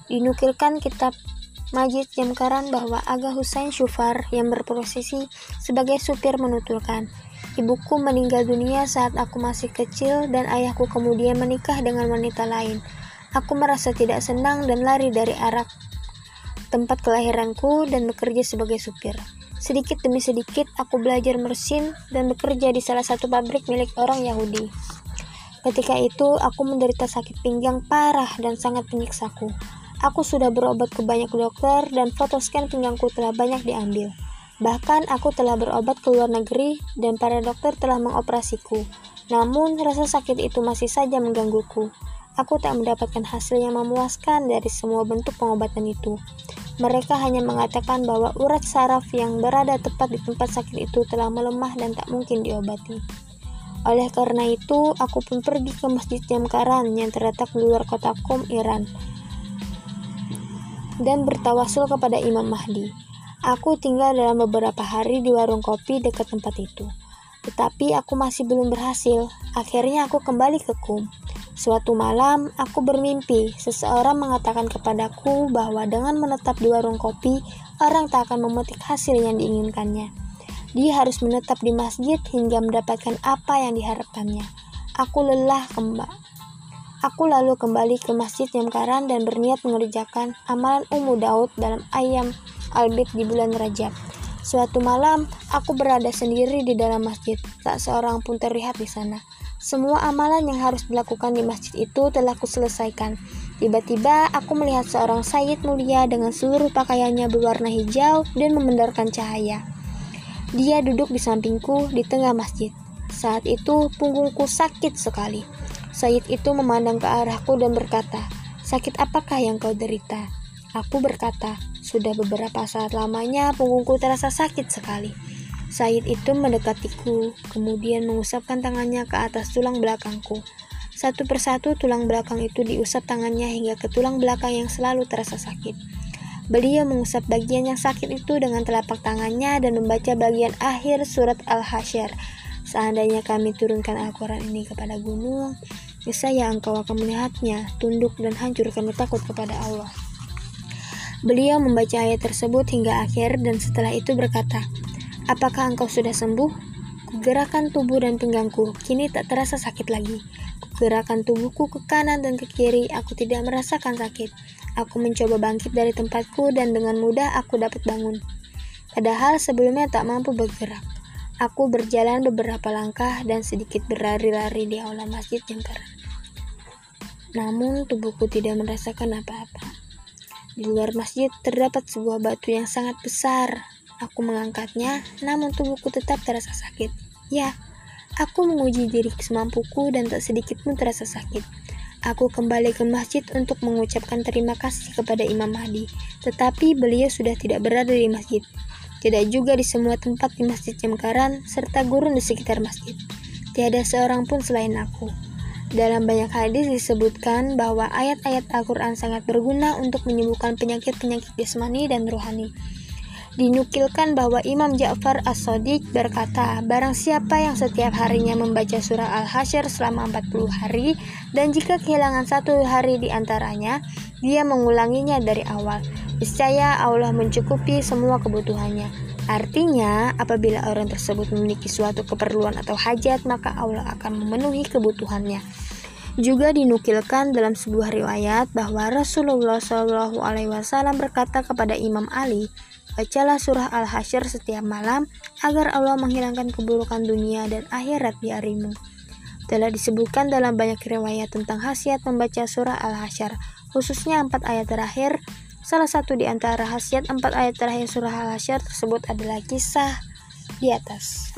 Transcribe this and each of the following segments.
Dinukilkan kitab Majid Jamkaran bahwa Aga Hussein Syufar yang berprofesi sebagai supir menuturkan, ibuku meninggal dunia saat aku masih kecil dan ayahku kemudian menikah dengan wanita lain. Aku merasa tidak senang dan lari dari Arak, tempat kelahiranku, dan bekerja sebagai supir. Sedikit demi sedikit aku belajar mesin dan bekerja di salah satu pabrik milik orang Yahudi. Ketika itu aku menderita sakit pinggang parah dan sangat menyiksaku. Aku sudah berobat ke banyak dokter dan foto scan pinggangku telah banyak diambil. Bahkan aku telah berobat ke luar negeri dan para dokter telah mengoperasiku. Namun rasa sakit itu masih saja menggangguku. Aku tak mendapatkan hasil yang memuaskan dari semua bentuk pengobatan itu. Mereka hanya mengatakan bahwa urat saraf yang berada tepat di tempat sakit itu telah melemah dan tak mungkin diobati. Oleh karena itu, aku pun pergi ke Masjid Jamkaran yang terletak di luar kota Qom, Iran, dan bertawasul kepada Imam Mahdi. Aku tinggal dalam beberapa hari di warung kopi dekat tempat itu. Tetapi aku masih belum berhasil. Akhirnya aku kembali ke Qom. Suatu malam, aku bermimpi. Seseorang mengatakan kepadaku bahwa dengan menetap di warung kopi, orang tak akan memetik hasil yang diinginkannya. Dia harus menetap di masjid hingga mendapatkan apa yang diharapkannya. Aku lalu kembali ke Masjid Jamkaran dan berniat mengerjakan amalan Ummu Daud dalam ayam albid di bulan Rajab. Suatu malam, aku berada sendiri di dalam masjid. Tak seorang pun terlihat di sana. Semua amalan yang harus dilakukan di masjid itu telah kuselesaikan. Tiba-tiba, aku melihat seorang sayyid mulia dengan seluruh pakaiannya berwarna hijau dan memandarkan cahaya. Dia duduk di sampingku di tengah masjid. Saat itu, punggungku sakit sekali. Sayyid itu memandang ke arahku dan berkata, "Sakit apakah yang kau derita?" Aku berkata, "Sudah beberapa saat lamanya punggungku terasa sakit sekali." Sayyid itu mendekatiku, kemudian mengusapkan tangannya ke atas tulang belakangku. Satu persatu tulang belakang itu diusap tangannya hingga ke tulang belakang yang selalu terasa sakit. Beliau mengusap bagian yang sakit itu dengan telapak tangannya dan membaca bagian akhir surat Al-Hasyr. "Seandainya kami turunkan Al-Quran ini kepada gunung, niscaya engkau akan melihatnya, tunduk dan hancur karena takut kepada Allah." Beliau membaca ayat tersebut hingga akhir dan setelah itu berkata, "Apakah engkau sudah sembuh?" Kugerakkan tubuh dan pinggangku, kini tak terasa sakit lagi. Kugerakkan tubuhku ke kanan dan ke kiri, aku tidak merasakan sakit. Aku mencoba bangkit dari tempatku dan dengan mudah aku dapat bangun. Padahal sebelumnya tak mampu bergerak. Aku berjalan beberapa langkah dan sedikit berlari-lari di aula Masjid Jamkaran. Namun tubuhku tidak merasakan apa-apa. Di luar masjid terdapat sebuah batu yang sangat besar. Aku mengangkatnya, namun tubuhku tetap terasa sakit. Ya, aku menguji diri semampuku dan tak sedikit pun terasa sakit. Aku kembali ke masjid untuk mengucapkan terima kasih kepada Imam Mahdi, tetapi beliau sudah tidak berada di masjid. Tidak juga di semua tempat di Masjid Jamkaran, serta gurun di sekitar masjid. Tiada seorang pun selain aku. Dalam banyak hadis disebutkan bahwa ayat-ayat Al-Quran sangat berguna untuk menyembuhkan penyakit-penyakit jasmani dan rohani. Dinukilkan bahwa Imam Ja'far As-Shadiq berkata, barang siapa yang setiap harinya membaca surah Al-Hasyr selama 40 hari, dan jika kehilangan satu hari di antaranya, dia mengulanginya dari awal, niscaya Allah mencukupi semua kebutuhannya. Artinya, apabila orang tersebut memiliki suatu keperluan atau hajat, maka Allah akan memenuhi kebutuhannya. Juga dinukilkan dalam sebuah riwayat bahwa Rasulullah SAW berkata kepada Imam Ali, "Bacalah surah Al-Hasyr setiap malam agar Allah menghilangkan keburukan dunia dan akhirat di harimu." Telah disebutkan dalam banyak riwayat tentang khasiat membaca surah Al-Hasyr, khususnya 4 ayat terakhir. Salah satu di antara khasiat 4 ayat terakhir surah Al-Hasyr tersebut adalah kisah di atas.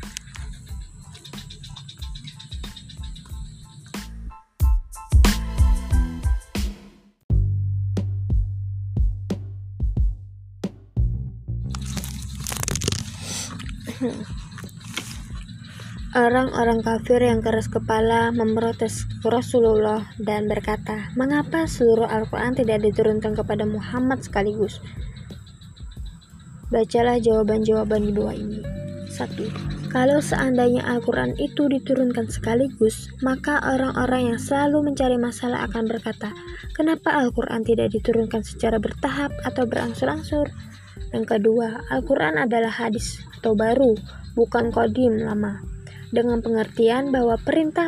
Orang-orang kafir yang keras kepala memprotes Rasulullah dan berkata, "Mengapa seluruh Al-Quran tidak diturunkan kepada Muhammad sekaligus?" Bacalah jawaban-jawaban di bawah ini. 1. Kalau seandainya Al-Quran itu diturunkan sekaligus, maka orang-orang yang selalu mencari masalah akan berkata, kenapa Al-Quran tidak diturunkan secara bertahap atau berangsur-angsur? Yang kedua, Al-Quran adalah hadis atau baru, bukan qadim lama, dengan pengertian bahwa perintah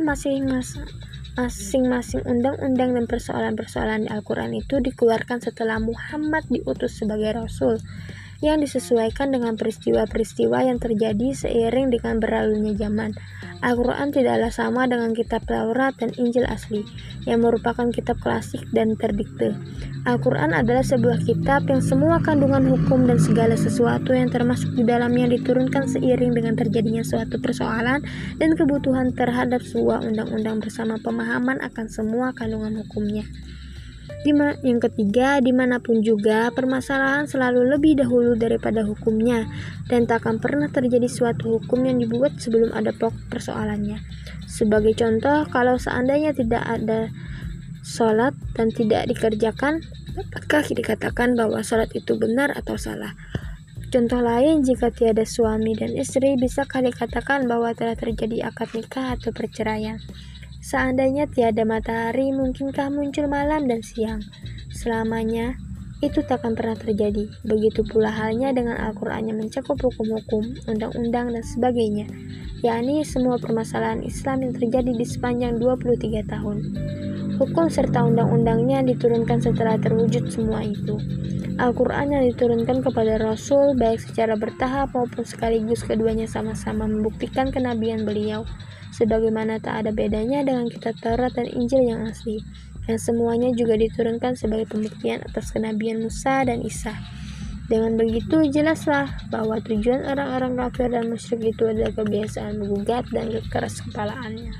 masing-masing undang-undang dan persoalan-persoalan di Al-Quran itu dikeluarkan setelah Muhammad diutus sebagai Rasul, yang disesuaikan dengan peristiwa-peristiwa yang terjadi seiring dengan berlalunya zaman. Al-Quran tidaklah sama dengan kitab Taurat dan Injil asli, yang merupakan kitab klasik dan terdikte. Al-Quran adalah sebuah kitab yang semua kandungan hukum dan segala sesuatu yang termasuk di dalamnya diturunkan seiring dengan terjadinya suatu persoalan dan kebutuhan terhadap sebuah undang-undang bersama pemahaman akan semua kandungan hukumnya. Yang ketiga, dimanapun juga permasalahan selalu lebih dahulu daripada hukumnya, dan tak akan pernah terjadi suatu hukum yang dibuat sebelum ada pokok persoalannya. Sebagai contoh, kalau seandainya tidak ada sholat dan tidak dikerjakan, apakah dikatakan bahwa sholat itu benar atau salah? Contoh lain, jika tiada suami dan istri, bisakah dikatakan bahwa telah terjadi akad nikah atau perceraian? Seandainya tiada matahari, mungkinkah muncul malam dan siang? Selamanya, itu takkan pernah terjadi. Begitu pula halnya dengan Al-Quran yang mencakup hukum-hukum, undang-undang, dan sebagainya, yakni semua permasalahan Islam yang terjadi di sepanjang 23 tahun. Hukum serta undang-undangnya diturunkan setelah terwujud semua itu. Al-Quran yang diturunkan kepada Rasul, baik secara bertahap maupun sekaligus, keduanya sama-sama membuktikan kenabian beliau, sebagaimana tak ada bedanya dengan kitab Taurat dan Injil yang asli, yang semuanya juga diturunkan sebagai pembuktian atas kenabian Musa dan Isa. Dengan begitu, jelaslah bahwa tujuan orang-orang kafir dan musyrik itu adalah kebiasaan menggugat dan kekeras kepalaannya.